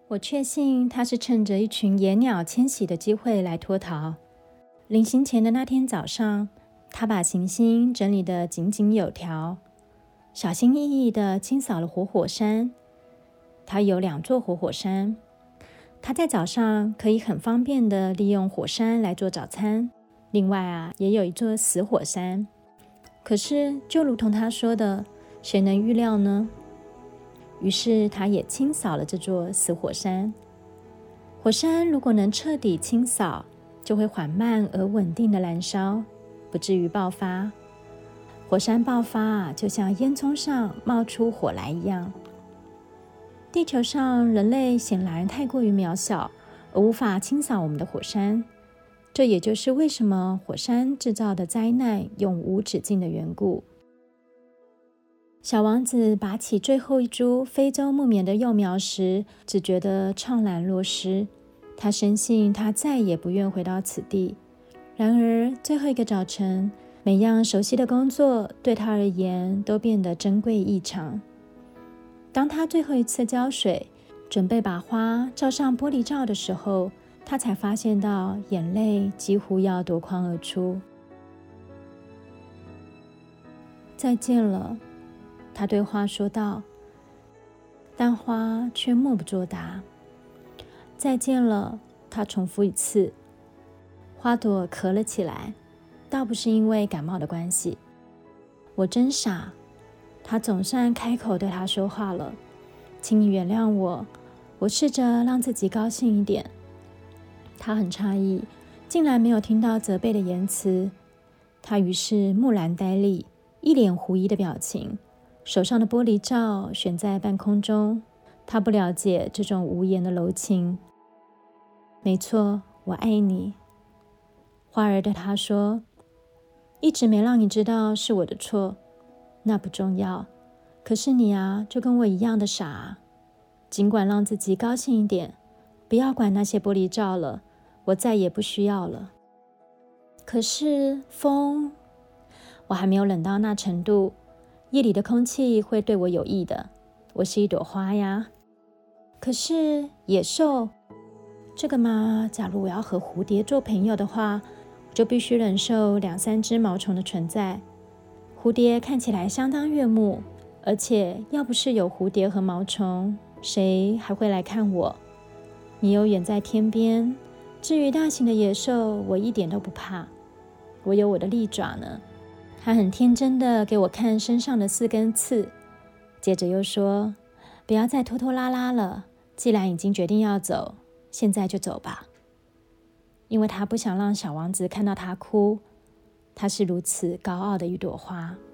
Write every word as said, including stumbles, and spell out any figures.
我确信他是趁着一群野鸟迁徙的机会来脱逃。临行前的那天早上，他把行星整理得井井有条，小心翼翼地清扫了活火山。他有两座活火山，他在早上可以很方便地利用火山来做早餐。另外啊，也有一座死火山。可是就如同他说的，谁能预料呢？于是他也清扫了这座死火山。火山如果能彻底清扫，就会缓慢而稳定的燃烧，不至于爆发。火山爆发啊，就像烟囱上冒出火来一样。地球上人类显然太过于渺小，而无法清扫我们的火山。这也就是为什么火山制造的灾难永无止境的缘故。小王子拔起最后一株非洲木棉的幼苗时，只觉得怅然若失。他深信他再也不愿回到此地。然而最后一个早晨，每样熟悉的工作对他而言都变得珍贵异常。当他最后一次浇水，准备把花罩上玻璃罩的时候，他才发现到眼泪几乎要夺眶而出。再见了，他对花说道，但花却默不作答。再见了，他重复一次。花朵咳了起来，倒不是因为感冒的关系。我真傻，他总算开口对他说话了。请你原谅我，我试着让自己高兴一点。他很诧异，竟然没有听到责备的言辞。他于是木然呆立，一脸狐疑的表情，手上的玻璃罩悬在半空中。他不了解这种无言的柔情。没错，我爱你。花儿对他说，一直没让你知道是我的错，那不重要。可是你啊，就跟我一样的傻啊。尽管让自己高兴一点，不要管那些玻璃罩了，我再也不需要了。可是风，我还没有冷到那程度。夜里的空气会对我有益的，我是一朵花呀。可是野兽，这个嘛，假如我要和蝴蝶做朋友的话，我就必须忍受两三只毛虫的存在。蝴蝶看起来相当悦目，而且要不是有蝴蝶和毛虫，谁还会来看我？你又远在天边，至于大型的野兽，我一点都不怕，我有我的利爪呢。他很天真的给我看身上的四根刺，接着又说，不要再拖拖拉拉了，既然已经决定要走，现在就走吧。因为他不想让小王子看到他哭，他是如此高傲的一朵花。